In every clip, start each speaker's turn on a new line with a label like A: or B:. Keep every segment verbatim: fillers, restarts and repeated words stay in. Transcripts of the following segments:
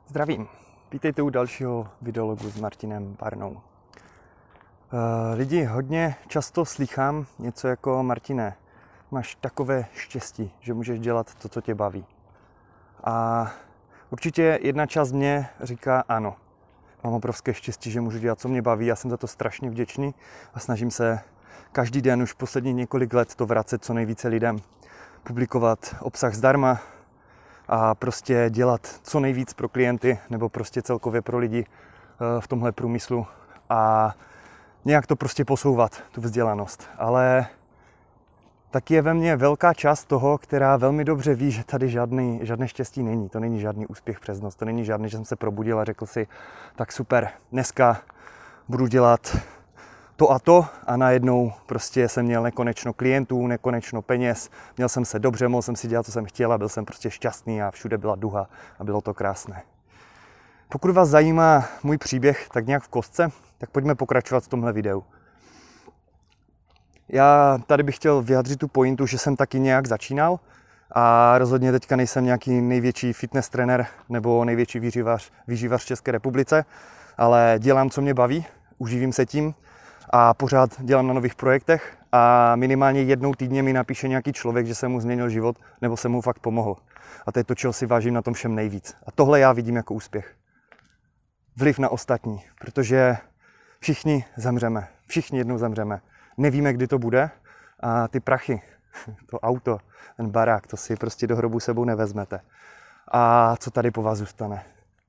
A: Zdravím, vítejte u dalšího videologu s Martinem Barnou. Lidi hodně často slýchám něco jako: Martine, máš takové štěstí, že můžeš dělat to, co tě baví. A určitě jedna část mě říká ano. Mám obrovské štěstí, že můžu dělat, co mě baví, já jsem za to strašně vděčný a snažím se každý den už posledních několik let to vracet co nejvíce lidem. Publikovat obsah zdarma a prostě dělat co nejvíc pro klienty nebo prostě celkově pro lidi v tomhle průmyslu a nějak to prostě posouvat, tu vzdělanost. Ale taky je ve mně velká část toho, která velmi dobře ví, že tady žádný, žádné štěstí není. To není žádný úspěch přes noc, to není žádný, že jsem se probudil a řekl si, tak super, dneska budu dělat to a to a najednou prostě jsem měl nekonečno klientů, nekonečno peněz, měl jsem se dobře, mohl jsem si dělat, co jsem chtěl a byl jsem prostě šťastný a všude byla duha a bylo to krásné. Pokud vás zajímá můj příběh tak nějak v kostce, tak pojďme pokračovat v tomhle videu. Já tady bych chtěl vyjádřit tu pointu, že jsem taky nějak začínal a rozhodně teďka nejsem nějaký největší fitness trenér nebo největší výživař, výživař v České republice, ale dělám, co mě baví, uživím se tím a pořád dělám na nových projektech a minimálně jednou týdně mi napíše nějaký člověk, že jsem mu změnil život nebo jsem mu fakt pomohl. A to je to, čeho si vážím na tom všem nejvíc. A tohle já vidím jako úspěch. Vliv na ostatní, protože všichni zemřeme, všichni jednou zemřeme. Nevíme, kdy to bude a ty prachy, to auto, ten barák, to si prostě do hrobu sebou nevezmete. A co tady po vás zůstane?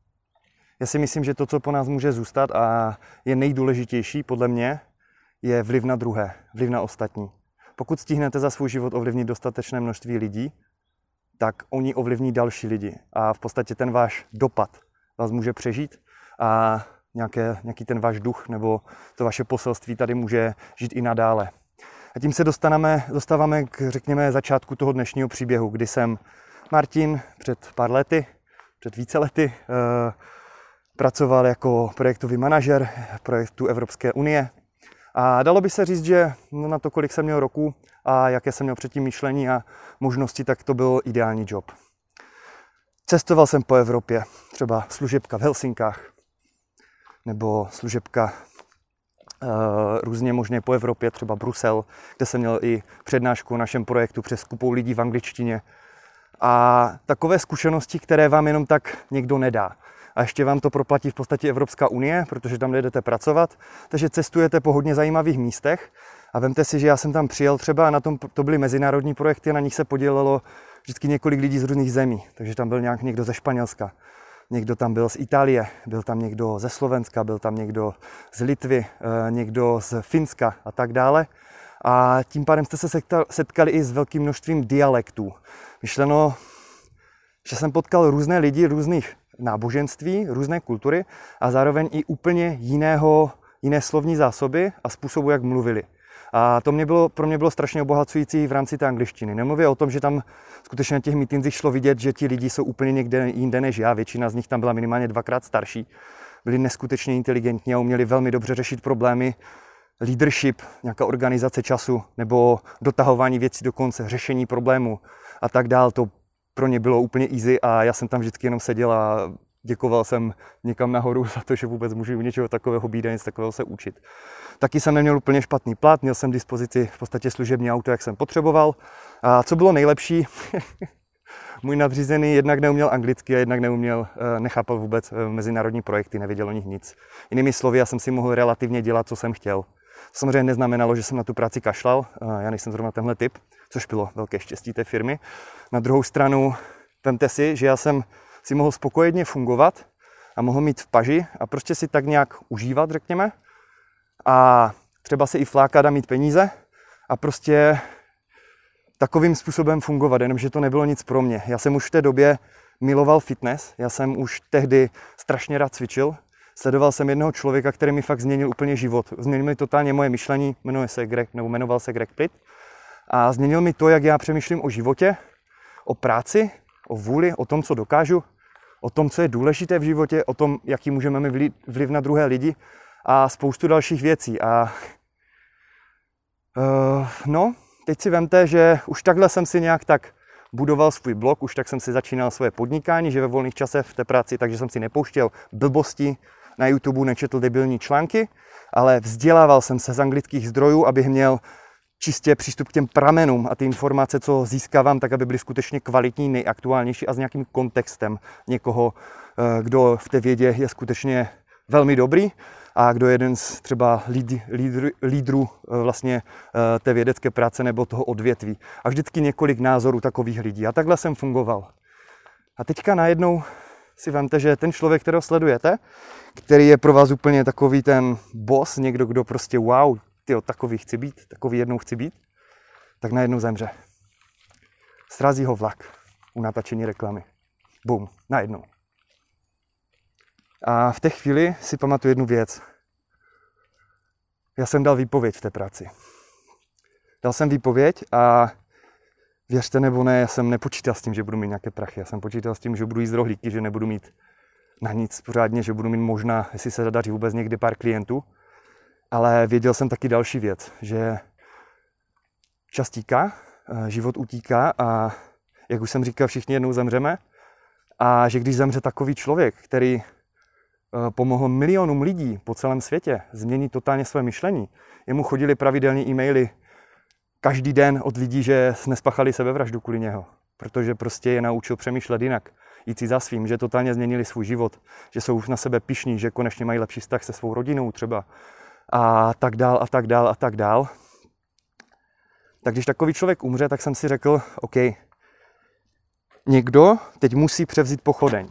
A: Já si myslím, že to, co po nás může zůstat a je nejdůležitější podle mě, je vliv na druhé, vliv na ostatní. Pokud stihnete za svůj život ovlivnit dostatečné množství lidí, tak oni ovlivní další lidi a v podstatě ten váš dopad vás může přežít a nějaké, nějaký ten váš duch nebo to vaše poselství tady může žít i nadále. A tím se dostaneme, dostáváme k, řekněme, začátku toho dnešního příběhu, kdy jsem Martin před pár lety, před více lety, eh, pracoval jako projektový manažer projektu Evropské unie. A dalo by se říct, že na to, kolik jsem měl roku a jaké jsem měl předtím myšlení a možnosti, tak to byl ideální job. Cestoval jsem po Evropě, třeba služebka v Helsinkách, nebo služebka uh, různě možně po Evropě, třeba Brusel, kde jsem měl i přednášku o našem projektu přes skupou lidí v angličtině. A takové zkušenosti, které vám jenom tak někdo nedá. A ještě vám to proplatí v podstatě Evropská unie, protože tam jdete pracovat, takže cestujete po hodně zajímavých místech. A vemte si, že já jsem tam přijel třeba a na tom to byly mezinárodní projekty a na nich se podílelo vždycky několik lidí z různých zemí. Takže tam byl nějak někdo ze Španělska, někdo tam byl z Itálie, byl tam někdo ze Slovenska, byl tam někdo z Litvy, někdo z Finska a tak dále. A tím pádem jste se setkali i s velkým množstvím dialektů. Myšleno, že jsem potkal různé lidi různých náboženství, různé kultury a zároveň i úplně jiného, jiné slovní zásoby a způsobu, jak mluvili. A to mě bylo, pro mě bylo strašně obohacující v rámci té angličtiny. Nemluvě o tom, že tam skutečně na těch meetingzích šlo vidět, že ti lidi jsou úplně někde jinde než já. Většina z nich tam byla minimálně dvakrát starší. Byli neskutečně inteligentní a uměli velmi dobře řešit problémy, leadership, nějaká organizace času nebo dotahování věcí do konce, řešení problémů a tak dál. To pro ně bylo úplně easy a já jsem tam vždycky jenom seděl a děkoval jsem někam nahoru za to, že vůbec můžu u něčeho takového být a něco takového se učit. Taky jsem neměl úplně špatný plat, měl jsem k dispozici v podstatě služební auto, jak jsem potřeboval. A co bylo nejlepší, můj nadřízený jednak neuměl anglicky a jednak neuměl, nechápal vůbec mezinárodní projekty, nevěděl o nich nic. Jinými slovy, já jsem si mohl relativně dělat, co jsem chtěl. Samozřejmě neznamenalo, že jsem na tu práci kašlal, já nejsem zrovna tenhle typ, což bylo velké štěstí té firmy. Na druhou stranu, vemte si, že já jsem si mohl spokojeně fungovat a mohl mít v paži a prostě si tak nějak užívat, řekněme, a třeba si i flákat a mít peníze a prostě takovým způsobem fungovat, jenomže to nebylo nic pro mě. Já jsem už v té době miloval fitness, já jsem už tehdy strašně rád cvičil, sledoval jsem jednoho člověka, který mi fakt změnil úplně život. Změnil mi totálně moje myšlení, jmenuje se Greg, nebo jmenoval se Greg Plitt. A změnil mi to, jak já přemýšlím o životě, o práci, o vůli, o tom, co dokážu, o tom, co je důležité v životě, o tom, jaký můžeme mít vliv na druhé lidi a spoustu dalších věcí. A uh, no, teď si vemte, že už takhle jsem si nějak tak budoval svůj blog, už tak jsem si začínal svoje podnikání, že ve volných časech v té práci, takže jsem si nepouštěl blbosti na YouTube, nečetl debilní články, ale vzdělával jsem se z anglických zdrojů, abych měl čistě přístup k těm pramenům a ty informace, co získávám, tak aby byly skutečně kvalitní, nejaktuálnější a s nějakým kontextem někoho, kdo v té vědě je skutečně velmi dobrý a kdo je jeden z třeba lídrů, lídrů vlastně té vědecké práce nebo toho odvětví. A vždycky několik názorů takových lidí. A takhle jsem fungoval. A teďka najednou si vemte, že ten člověk, kterého sledujete, který je pro vás úplně takový ten boss, někdo, kdo prostě wow, tyjo, takový chci být, takový jednou chci být, tak najednou zemře. Srazí ho vlak u natáčení reklamy. Bum, najednou. A v té chvíli si pamatuju jednu věc. Já jsem dal výpověď v té práci. Dal jsem výpověď a věřte nebo ne, já jsem nepočítal s tím, že budu mít nějaké prachy. Já jsem počítal s tím, že budu jíst rohlíky, že nebudu mít na nic pořádně, že budu mít možná, jestli se zadaří vůbec někdy pár klientů. Ale věděl jsem taky další věc, že čas tíká, život utíká a jak už jsem říkal, všichni jednou zemřeme. A že když zemře takový člověk, který pomohl milionům lidí po celém světě změnit totálně své myšlení. Jemu chodili pravidelně e-maily každý den od lidí, že nespáchali sebevraždu kvůli něho, protože prostě je naučil přemýšlet jinak, jít si za svým, že totálně změnili svůj život, že jsou na sebe pyšní, že konečně mají lepší vztah se svou rodinou třeba a tak dál a tak dál a tak dál. Tak když takový člověk umře, tak jsem si řekl, OK, někdo teď musí převzít pochodeň.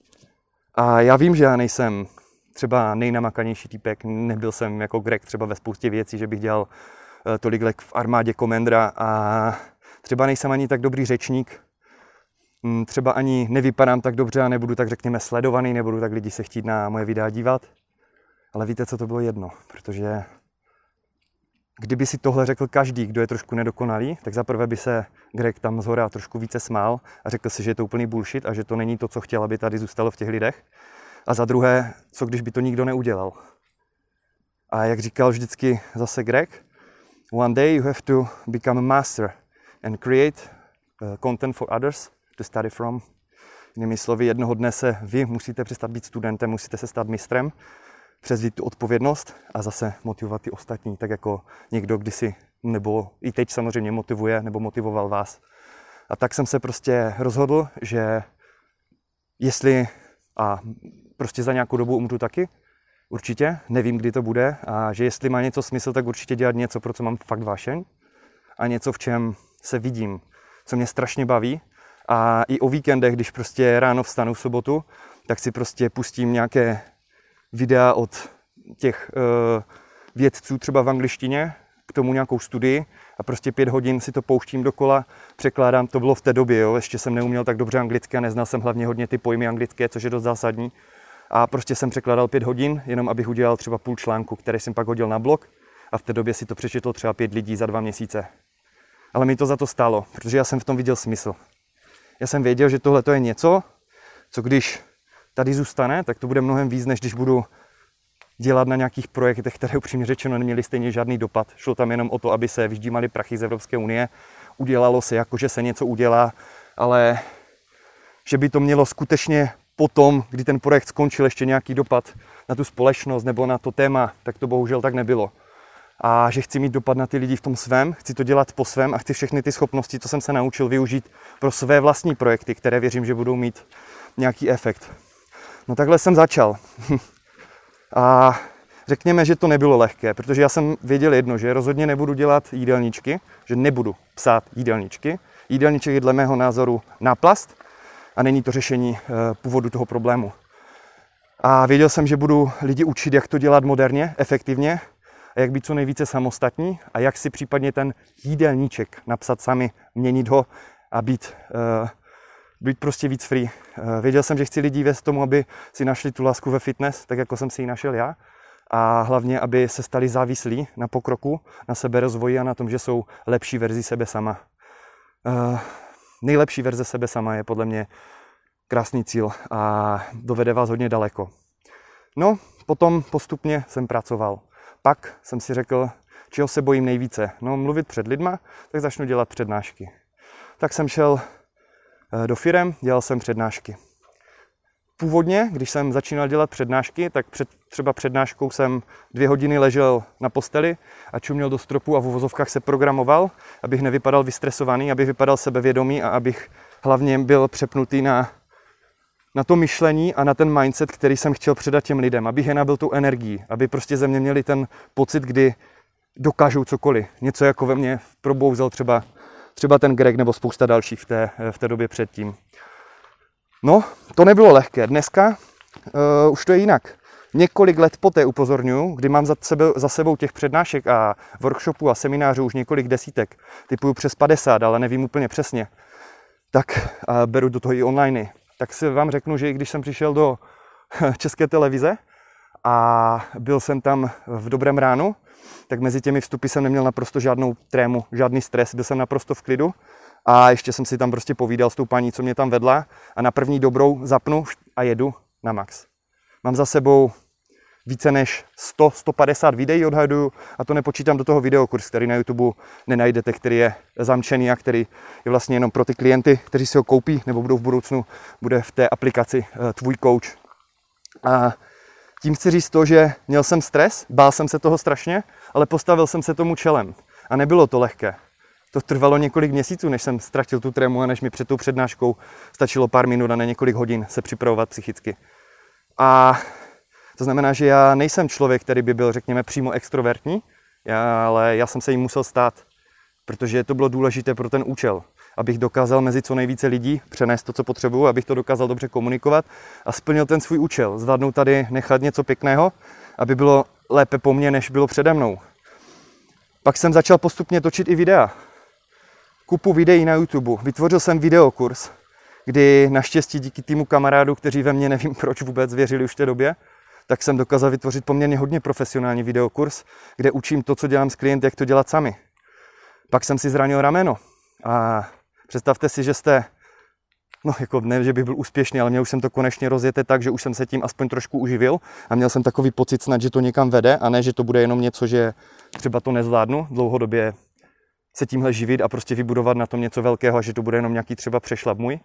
A: A já vím, že já nejsem třeba nejnamakanější týpek, nebyl jsem jako Greg třeba ve spoustě věcí, že bych dělal tolik let v armádě komendra a třeba nejsem ani tak dobrý řečník, třeba ani nevypadám tak dobře a nebudu tak řekněme sledovaný, nebudu tak lidi se chtít na moje videa dívat. Ale víte, co to bylo jedno, protože kdyby si tohle řekl každý, kdo je trošku nedokonalý, tak zaprvé by se Greg tam zhora trošku více smál a řekl si, že je to úplný bullshit a že to není to, co chtěl, aby tady zůstalo v těch lidech. A za druhé, co když by to nikdo neudělal. A jak říkal vždycky zase Greg, one day you have to become a master and create content for others to study from. Jinými slovy, jednoho dne se vy musíte přestat být studentem, musíte se stát mistrem, převzít tu odpovědnost a zase motivovat ty ostatní, tak jako někdo kdysi, nebo i teď samozřejmě motivuje, nebo motivoval vás. A tak jsem se prostě rozhodl, že jestli a prostě za nějakou dobu umřu taky, určitě, nevím, kdy to bude, a že jestli má něco smysl, tak určitě dělat něco, pro co mám fakt vášeň a něco, v čem se vidím, co mě strašně baví. A i o víkendech, když prostě ráno vstanu v sobotu, tak si prostě pustím nějaké videa od těch uh, vědců třeba v angličtině, k tomu nějakou studii a prostě pět hodin si to pouštím dokola, překládám, to bylo v té době, jo, ještě jsem neuměl tak dobře anglicky a neznal jsem hlavně hodně ty pojmy anglické, což je dost zásadní. A prostě jsem překládal pět hodin, jenom abych udělal třeba půl článku, který jsem pak hodil na blog a v té době si to přečetlo třeba pět lidí za dva měsíce. Ale mi to za to stálo, protože já jsem v tom viděl smysl. Já jsem věděl, že tohle je něco, co když tady zůstane, tak to bude mnohem víc, než když budu dělat na nějakých projektech, které upřímně řečeno neměly stejně žádný dopad. Šlo tam jenom o to, aby se vyždímaly prachy z Evropské unie. Udělalo se, jako že se něco udělá, ale že by to mělo skutečně potom, kdy ten projekt skončil, ještě nějaký dopad na tu společnost nebo na to téma, tak to bohužel tak nebylo. A že chci mít dopad na ty lidi v tom svém, chci to dělat po svém a chci všechny ty schopnosti, co jsem se naučil, využít pro své vlastní projekty, které věřím, že budou mít nějaký efekt. No takhle jsem začal. A řekněme, že to nebylo lehké, protože já jsem věděl jedno, že rozhodně nebudu dělat jídelníčky, že nebudu psát jídelníčky. Jídelníček je dle mého názoru náplast a není to řešení původu toho problému. A věděl jsem, že budu lidi učit, jak to dělat moderně, efektivně a jak být co nejvíce samostatní a jak si případně ten jídelníček napsat sami, měnit ho a být, uh, být prostě víc free. Uh, věděl jsem, že chci lidi vést tomu, aby si našli tu lásku ve fitness, tak jako jsem si ji našel já. A hlavně, aby se stali závislí na pokroku, na seberozvoji a na tom, že jsou lepší verzi sebe sama. Uh, nejlepší verze sebe sama je podle mě krásný cíl a dovede vás hodně daleko. No, potom postupně jsem pracoval. Pak jsem si řekl, čeho se bojím nejvíce. No, mluvit před lidma, tak začnu dělat přednášky. Tak jsem šel do firem, dělal jsem přednášky. Původně, když jsem začínal dělat přednášky, tak před, třeba přednáškou jsem dvě hodiny ležel na posteli a čuměl do stropu a v uvozovkách se programoval, abych nevypadal vystresovaný, abych vypadal sebevědomý a abych hlavně byl přepnutý na, na to myšlení a na ten mindset, který jsem chtěl předat těm lidem, abych je nabil tu energii, aby prostě ze mě měli ten pocit, kdy dokážou cokoliv. Něco jako ve mně probouzel třeba, třeba ten Greg nebo spousta dalších v té, v té době předtím. No, to nebylo lehké. Dneska uh, už to je jinak. Několik let poté upozorňuji, kdy mám za, sebe, za sebou těch přednášek a workshopů a seminářů už několik desítek, typuju přes padesát, ale nevím úplně přesně, tak uh, beru do toho i online. Tak si vám řeknu, že i když jsem přišel do České televize a byl jsem tam v dobrém ránu, tak mezi těmi vstupy jsem neměl naprosto žádnou trému, žádný stres, byl jsem naprosto v klidu. A ještě jsem si tam prostě povídal s tou paní, co mě tam vedla a na první dobrou zapnu a jedu na max. Mám za sebou více než sto až sto padesát videí odhaduju a to nepočítám do toho videokurs, který na YouTube nenajdete, který je zamčený a který je vlastně jenom pro ty klienty, kteří si ho koupí nebo budou v budoucnu, bude v té aplikaci Tvůj coach. A tím chci říct to, že měl jsem stres, bál jsem se toho strašně, ale postavil jsem se tomu čelem a nebylo to lehké. To trvalo několik měsíců, než jsem ztratil tu trému a než mi před tou přednáškou stačilo pár minut a ne několik hodin se připravovat psychicky. A to znamená, že já nejsem člověk, který by byl, řekněme, přímo extrovertní, já, ale já jsem se jim musel stát, protože to bylo důležité pro ten účel, abych dokázal mezi co nejvíce lidí přenést to, co potřebuju, abych to dokázal dobře komunikovat a splnil ten svůj účel, zvládnout tady nechat něco pěkného, aby bylo lépe po mně, než bylo přede mnou. Pak jsem začal postupně točit i videa. Kupu videí na YouTube. Vytvořil jsem videokurs, kdy naštěstí díky týmu kamarádů, kteří ve mně nevím proč vůbec věřili už v té době, tak jsem dokázal vytvořit poměrně hodně profesionální videokurs, kde učím to, co dělám s klienty, jak to dělat sami. Pak jsem si zranil rameno a představte si, že jste, no jako ne, že bych byl úspěšný, ale měl už jsem to konečně rozjeté tak, že už jsem se tím aspoň trošku uživil a měl jsem takový pocit snad, že to někam vede a ne, že to bude jenom něco, že třeba to nezvládnu dlouhodobě se tímhle živit a prostě vybudovat na tom něco velkého a že to bude jenom nějaký třeba přešlap můj.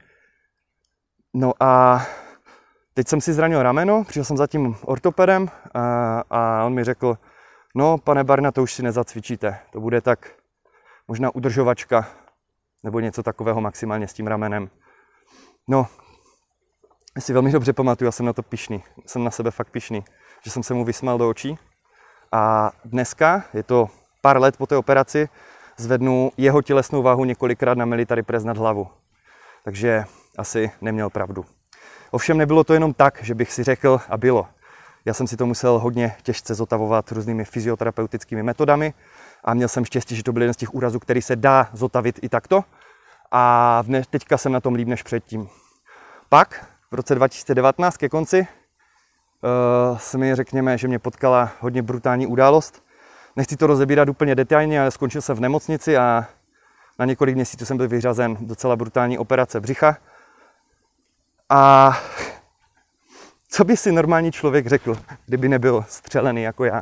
A: No a teď jsem si zranil rameno, přišel jsem za tím ortopedem a, a on mi řekl, no pane Barna, to už si nezacvičíte, to bude tak možná udržovačka nebo něco takového maximálně s tím ramenem. No, já si velmi dobře pamatuju, já jsem na to pyšný, jsem na sebe fakt pyšný, že jsem se mu vysmál do očí a dneska, je to pár let po té operaci, zvednu jeho tělesnou váhu několikrát na military press nad hlavu. Takže asi neměl pravdu. Ovšem nebylo to jenom tak, že bych si řekl a bylo. Já jsem si to musel hodně těžce zotavovat různými fyzioterapeutickými metodami a měl jsem štěstí, že to byl jeden z těch úrazů, který se dá zotavit i takto. A teďka jsem na tom líp než předtím. Pak v roce dva tisíce devatenáct ke konci uh, se mi řekněme, že mě potkala hodně brutální událost. Nechci to rozebírat úplně detailně, ale skončil jsem v nemocnici a na několik měsíců jsem byl vyřazen docela brutální operace břicha. A co by si normální člověk řekl, kdyby nebyl střelený jako já?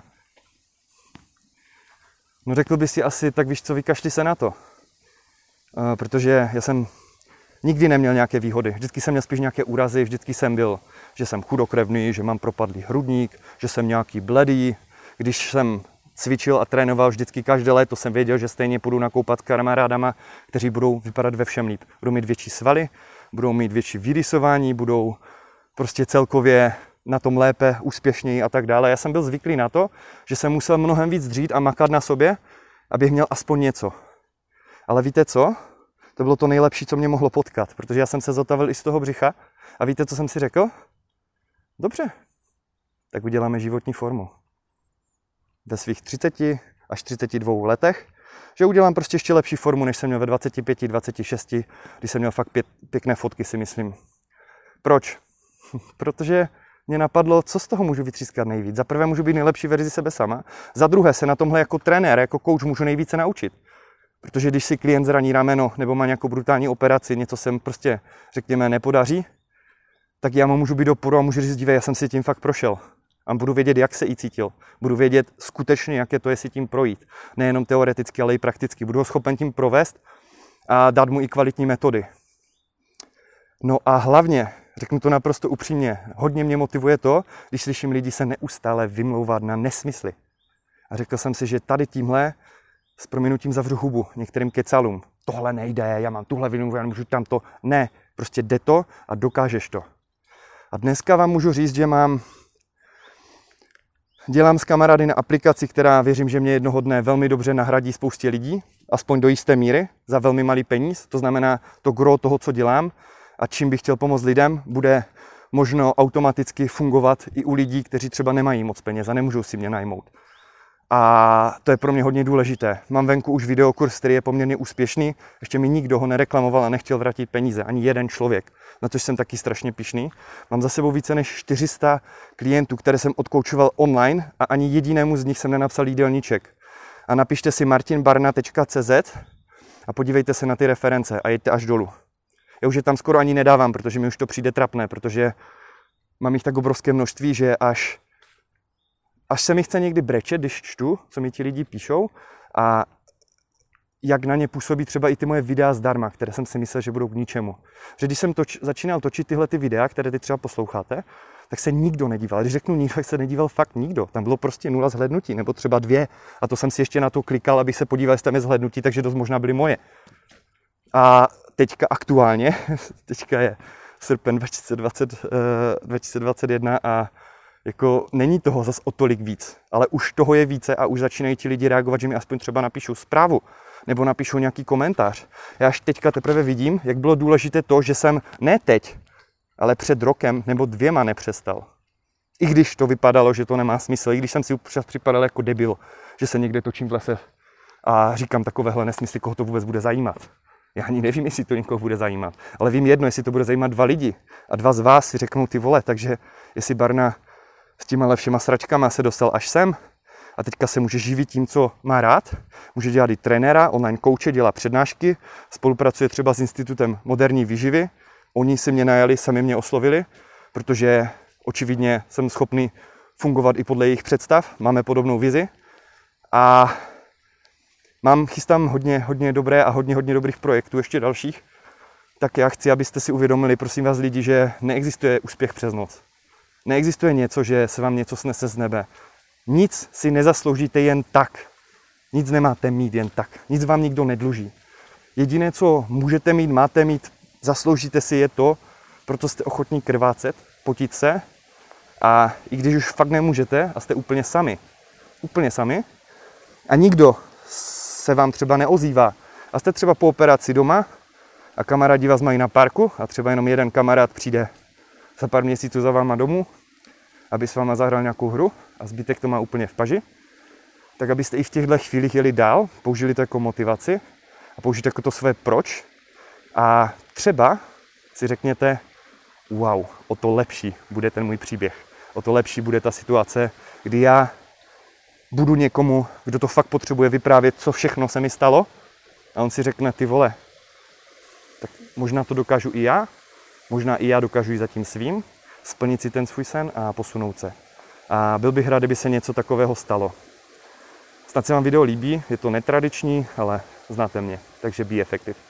A: No řekl by si asi, tak víš co, vykašli se na to. Uh, protože já jsem nikdy neměl nějaké výhody. Vždycky jsem měl spíš nějaké úrazy, vždycky jsem byl, že jsem chudokrevný, že mám propadlý hrudník, že jsem nějaký bledý. Když jsem cvičil a trénoval vždycky každé léto, jsem věděl, že stejně půjdu nakoupat s kamarádama, kteří budou vypadat ve všem líp. Budou mít větší svaly, budou mít větší vyrysování, budou prostě celkově na tom lépe, úspěšněji a tak dále. Já jsem byl zvyklý na to, že jsem musel mnohem víc dřít a makat na sobě, abych měl aspoň něco. Ale víte co? To bylo to nejlepší, co mě mohlo potkat, protože já jsem se zotavil i z toho břicha. A víte, co jsem si řekl? Dobře, tak uděláme životní formu. Ve svých třiceti až třiceti dvou letech, že udělám prostě ještě lepší formu, než jsem měl ve dvaceti pěti, dvaceti šesti, když jsem měl fakt pět, pěkné fotky, si myslím. Proč? Protože mě napadlo, co z toho můžu vytřískat nejvíc. Za prvé můžu být nejlepší verzi sebe sama, za druhé se na tomhle jako trenér, jako coach můžu nejvíce naučit. Protože když si klient zraní rameno nebo má nějakou brutální operaci, něco se prostě, řekněme, nepodaří, tak já mu můžu být oporu a můžu říct, dívej, já jsem si tím fakt prošel. A budu vědět, jak se i cítil. Budu vědět skutečně, jaké to je si tím projít. Nejenom teoreticky, ale i prakticky. Budu ho schopen tím provést a dát mu i kvalitní metody. No a hlavně, řeknu to naprosto upřímně, hodně mě motivuje to, když slyším lidi se neustále vymlouvat na nesmysly. A řekl jsem si, že tady tímhle s prominutím zavřu hubu některým kecalům. Tohle nejde, já mám tuhle vinu, já nemůžu tamto. Ne, prostě jde to a dokážeš to. A dneska vám můžu říct, že mám... Dělám s kamarády na aplikaci, která věřím, že mě jednoho dne velmi dobře nahradí spoustě lidí, aspoň do jisté míry, za velmi malý peníz. To znamená to gro toho, co dělám a čím bych chtěl pomoct lidem, bude možno automaticky fungovat i u lidí, kteří třeba nemají moc peněz a nemůžou si mě najmout. A to je pro mě hodně důležité. Mám venku už videokurs, který je poměrně úspěšný. Ještě mi nikdo ho nereklamoval a nechtěl vrátit peníze. Ani jeden člověk. Na což jsem taky strašně pyšný. Mám za sebou více než čtyři sta klientů, které jsem odkoučoval online a ani jedinému z nich jsem nenapsal jídelníček. A napište si martin barna tečka cé zet a podívejte se na ty reference a jeďte až dolů. Já už je tam skoro ani nedávám, protože mi už to přijde trapné, protože mám jich tak obrovské množství, že až Až se mi chce někdy brečet, když čtu, co mi ti lidi píšou a jak na ně působí třeba i ty moje videa zdarma, které jsem si myslel, že budou k ničemu. Že když jsem toč, začínal točit tyhle ty videa, které ty třeba posloucháte, tak se nikdo nedíval. Když řeknu nikdo, tak se nedíval fakt nikdo. Tam bylo prostě nula zhlédnutí, nebo třeba dvě. A to jsem si ještě na to klikal, abych se podíval, jestli tam je zhlédnutí, takže dost možná byly moje. A teďka aktuálně, teďka je srpen dva tisíce dvacet, dva tisíce dvacet jedna a jako není toho zas o tolik víc, ale už toho je více a už začínají ti lidi reagovat, že mi aspoň třeba napíšou zprávu nebo napíšou nějaký komentář. Já až teďka teprve vidím, jak bylo důležité to, že jsem ne teď, ale před rokem nebo dvěma nepřestal. I když to vypadalo, že to nemá smysl, i když jsem si občas připadal jako debil, že se někde točím v lese a říkám takovéhle nesmysly, koho to vůbec bude zajímat. Já ani nevím, jestli to někoho bude zajímat, ale vím jedno, jestli to bude zajímat dva lidi a dva z vás si řeknou ty vole, takže jestli Barna s těma všema sračkama se dostal až sem a teďka se může živit tím, co má rád. Může dělat i trenéra, online kouče, dělá přednášky, spolupracuje třeba s Institutem moderní výživy. Oni si mě najali, sami mě oslovili, protože očividně jsem schopný fungovat i podle jejich představ. Máme podobnou vizi a mám, chystám hodně, hodně dobré a hodně, hodně dobrých projektů, ještě dalších. Tak já chci, abyste si uvědomili, prosím vás lidi, že neexistuje úspěch přes noc. Neexistuje něco, že se vám něco snese z nebe. Nic si nezasloužíte jen tak. Nic nemáte mít jen tak. Nic vám nikdo nedluží. Jediné, co můžete mít, máte mít, zasloužíte si je to, proto jste ochotní krvácet, potit se a i když už fakt nemůžete a jste úplně sami, úplně sami a nikdo se vám třeba neozývá a jste třeba po operaci doma a kamarádi vás mají na parku a třeba jenom jeden kamarád přijde za pár měsíců za váma domů, aby s váma zahrál nějakou hru a zbytek to má úplně v paži, tak abyste i v těchto chvílích jeli dál, použili to jako motivaci a použijte jako to své proč a třeba si řekněte, wow, o to lepší bude ten můj příběh, o to lepší bude ta situace, kdy já budu někomu, kdo to fakt potřebuje vyprávět, co všechno se mi stalo a on si řekne, ty vole, tak možná to dokážu i já, možná i já dokážu jít za tím svým, splnit si ten svůj sen a posunout se. A byl bych rád, kdyby se něco takového stalo. Snad se vám video líbí, je to netradiční, ale znáte mě, takže be effective.